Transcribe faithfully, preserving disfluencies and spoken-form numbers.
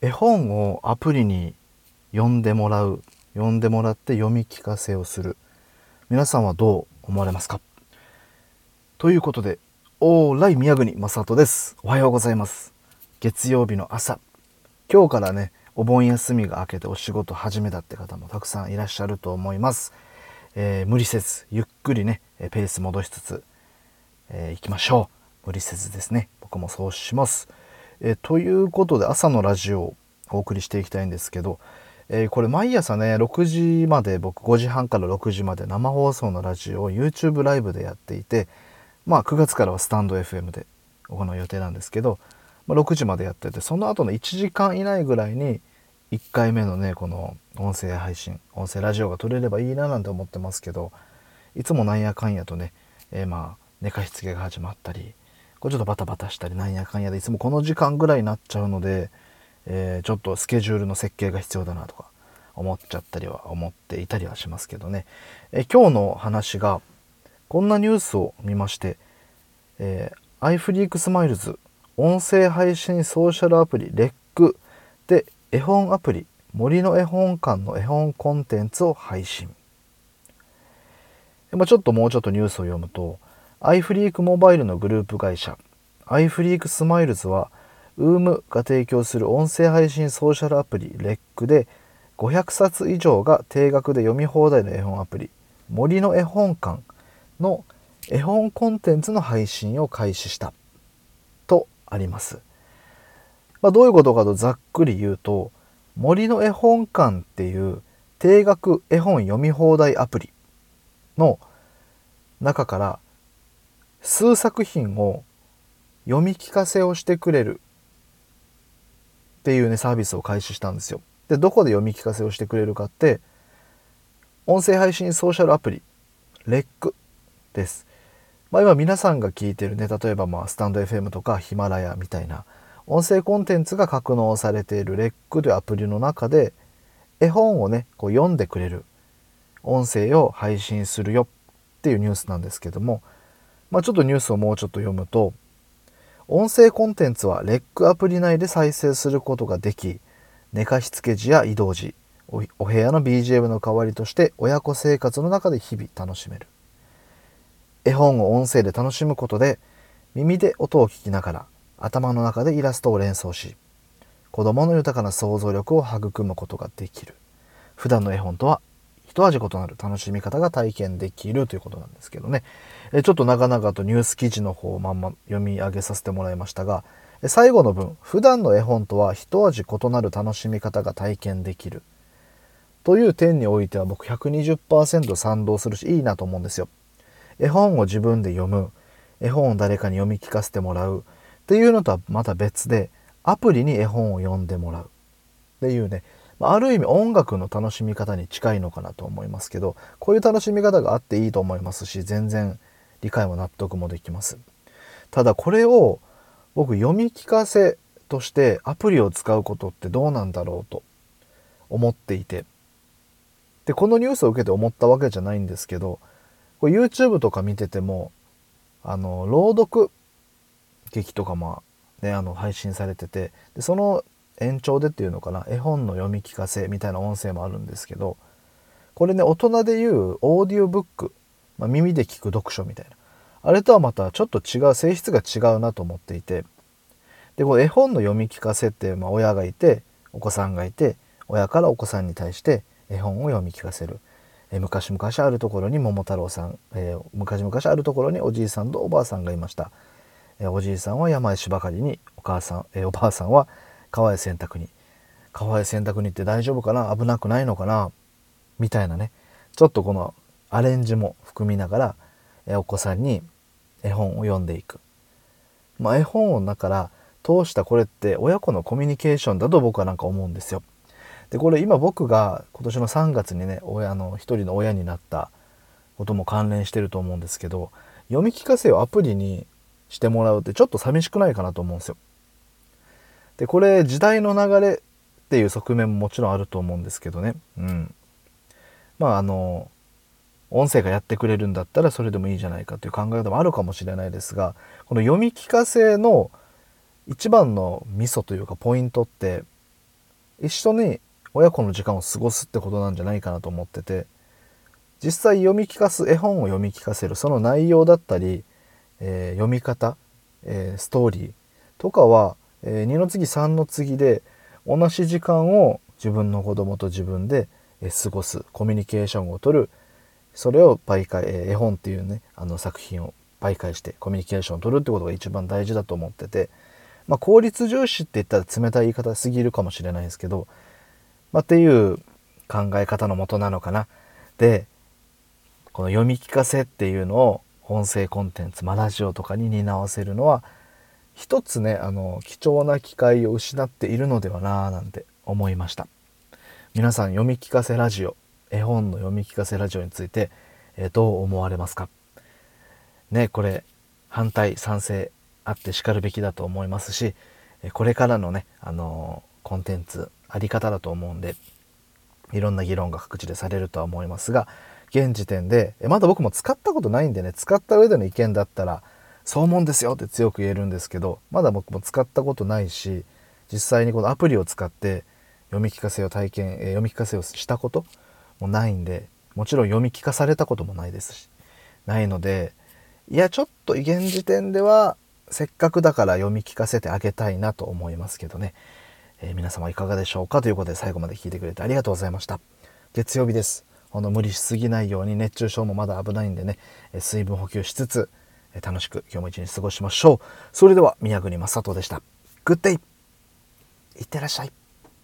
絵本をアプリに読んでもらう、読んでもらって読み聞かせをする。皆さんはどう思われますか？ということで、オーライ宮国正人です。おはようございます。月曜日の朝、今日からね、お盆休みが明けてお仕事始めたって方もたくさんいらっしゃると思います。えー、無理せず、ゆっくりね、ペース戻しつつ、えー、行きましょう。無理せずですね。僕もそうします。えー、ということで、朝のラジオをお送りしていきたいんですけど、えー、これ毎朝ね、ろくじまで、僕ごじはんからろくじまで生放送のラジオを YouTube ライブでやっていて、まあくがつからはスタンド エフエム で行う予定なんですけど、まあ、ろくじまでやってて、その後のいちじかん以内ぐらいにいっかいめのね、この音声配信、音声ラジオが撮れればいいななんて思ってますけど、いつもなんやかんやとね、えー、まあ寝かしつけが始まったり、これちょっとバタバタしたりなんやかんやでいつもこの時間ぐらいになっちゃうので、えー、ちょっとスケジュールの設計が必要だなとか思っちゃったりは思っていたりはしますけどね。えー、今日の話がこんなニュースを見まして、えー、アイフリークスマイルズ音声配信ソーシャルアプリレックで絵本アプリ森の絵本館の絵本コンテンツを配信。まあ、ちょっともうちょっとニュースを読むと、アイフリークモバイルのグループ会社アイフリークスマイルズは ウーム が提供する音声配信ソーシャルアプリレックでごひゃくさつ以上が定額で読み放題の絵本アプリ森の絵本館の絵本コンテンツの配信を開始したとあります。まあ、どういうことかとざっくり言うと、森の絵本館っていう定額絵本読み放題アプリの中から数作品を読み聞かせをしてくれるっていうねサービスを開始したんですよ。で、どこで読み聞かせをしてくれるかって、音声配信ソーシャルアプリレックです。まあ、今皆さんが聞いてるね、例えばまあスタンド エフエム とかヒマラヤみたいな音声コンテンツが格納されているレックというアプリの中で絵本をねこう読んでくれる音声を配信するよっていうニュースなんですけども、まあ、ちょっとニュースをもうちょっと読むと、音声コンテンツはレックアプリ内で再生することができ、寝かしつけ時や移動時、お部屋の ビージーエム の代わりとして親子生活の中で日々楽しめる。絵本を音声で楽しむことで、耳で音を聞きながら頭の中でイラストを連想し、子供の豊かな想像力を育むことができる。普段の絵本とは一味異なる楽しみ方が体験できるということなんですけどね。ちょっと長々とニュース記事の方をまんま読み上げさせてもらいましたが、最後の文、普段の絵本とは一味異なる楽しみ方が体験できるという点においては僕 ひゃくにじゅっパーセント 賛同するし、いいなと思うんですよ。絵本を自分で読む、絵本を誰かに読み聞かせてもらうっていうのとはまた別で、アプリに絵本を読んでもらうっていうね、ある意味音楽の楽しみ方に近いのかなと思いますけど、こういう楽しみ方があっていいと思いますし、全然理解も納得もできます。ただこれを僕読み聞かせとしてアプリを使うことってどうなんだろうと思っていて、でこのニュースを受けて思ったわけじゃないんですけど、これ YouTube とか見ててもあの朗読劇とかもねあの配信されてて、でその延長でっていうのかな、絵本の読み聞かせみたいな音声もあるんですけど、これね大人でいうオーディオブック、まあ、耳で聞く読書みたいな、あれとはまたちょっと違う性質が違うなと思っていて、でこれ絵本の読み聞かせって、まあ、親がいてお子さんがいて、親からお子さんに対して絵本を読み聞かせる。え昔々あるところに桃太郎さん、えー、昔々あるところにおじいさんとおばあさんがいました。えー、おじいさんは山へ芝刈りに、お母さん、えー、おばあさんは川へ洗濯に。川へ洗濯に行って大丈夫かな、危なくないのかなみたいなね、ちょっとこのアレンジも含みながら、えー、お子さんに絵本を読んでいく。まあ、絵本をだから通したこれって親子のコミュニケーションだと僕はなんか思うんですよ。でこれ今僕が今年のさんがつにね親の一人の親になったことも関連してると思うんですけど、読み聞かせをアプリにしてもらうってちょっと寂しくないかなと思うんですよ。でこれ時代の流れっていう側面ももちろんあると思うんですけどね、うん、まああの音声がやってくれるんだったらそれでもいいじゃないかという考え方もあるかもしれないですが、この読み聞かせの一番のミソというかポイントって、 一緒に親子の時間を過ごすってことなんじゃないかなと思ってて、実際読み聞かす絵本を読み聞かせるその内容だったり、えー、読み方、えー、ストーリーとかは、えー、にの次さんの次で同じ時間を自分の子供と自分で、えー、過ごす、コミュニケーションをとる、それを媒介、えー、絵本っていうねあの作品を媒介してコミュニケーションをとるってことが一番大事だと思ってて、まあ、効率重視って言ったら冷たい言い方すぎるかもしれないですけど、まあ、っていう考え方のもとなのかな。で、この読み聞かせっていうのを音声コンテンツ、まあ、ラジオとかに担わせるのは一つね、あの貴重な機会を失っているのではなぁなんて思いました。皆さん、読み聞かせラジオ、絵本の読み聞かせラジオについて、えー、どう思われますかね。これ反対賛成あってしかるべきだと思いますし、これからのね、あのー、コンテンツあり方だと思うんで、いろんな議論が各地でされるとは思いますが、現時点でまだ僕も使ったことないんでね、使った上での意見だったらそう思うんですよって強く言えるんですけど、まだ僕も使ったことないし、実際にこのアプリを使って読み聞かせを体験、えー、読み聞かせをしたこともないんで、もちろん読み聞かされたこともないですし、ないので、いやちょっと現時点ではせっかくだから読み聞かせてあげたいなと思いますけどね。えー、皆様いかがでしょうかということで、最後まで聞いてくれてありがとうございました。月曜日です。あの無理しすぎないように、熱中症もまだ危ないんでね、水分補給しつつ楽しく今日も一日過ごしましょう。それでは宮国正人でした。グッデイ、いってらっしゃい。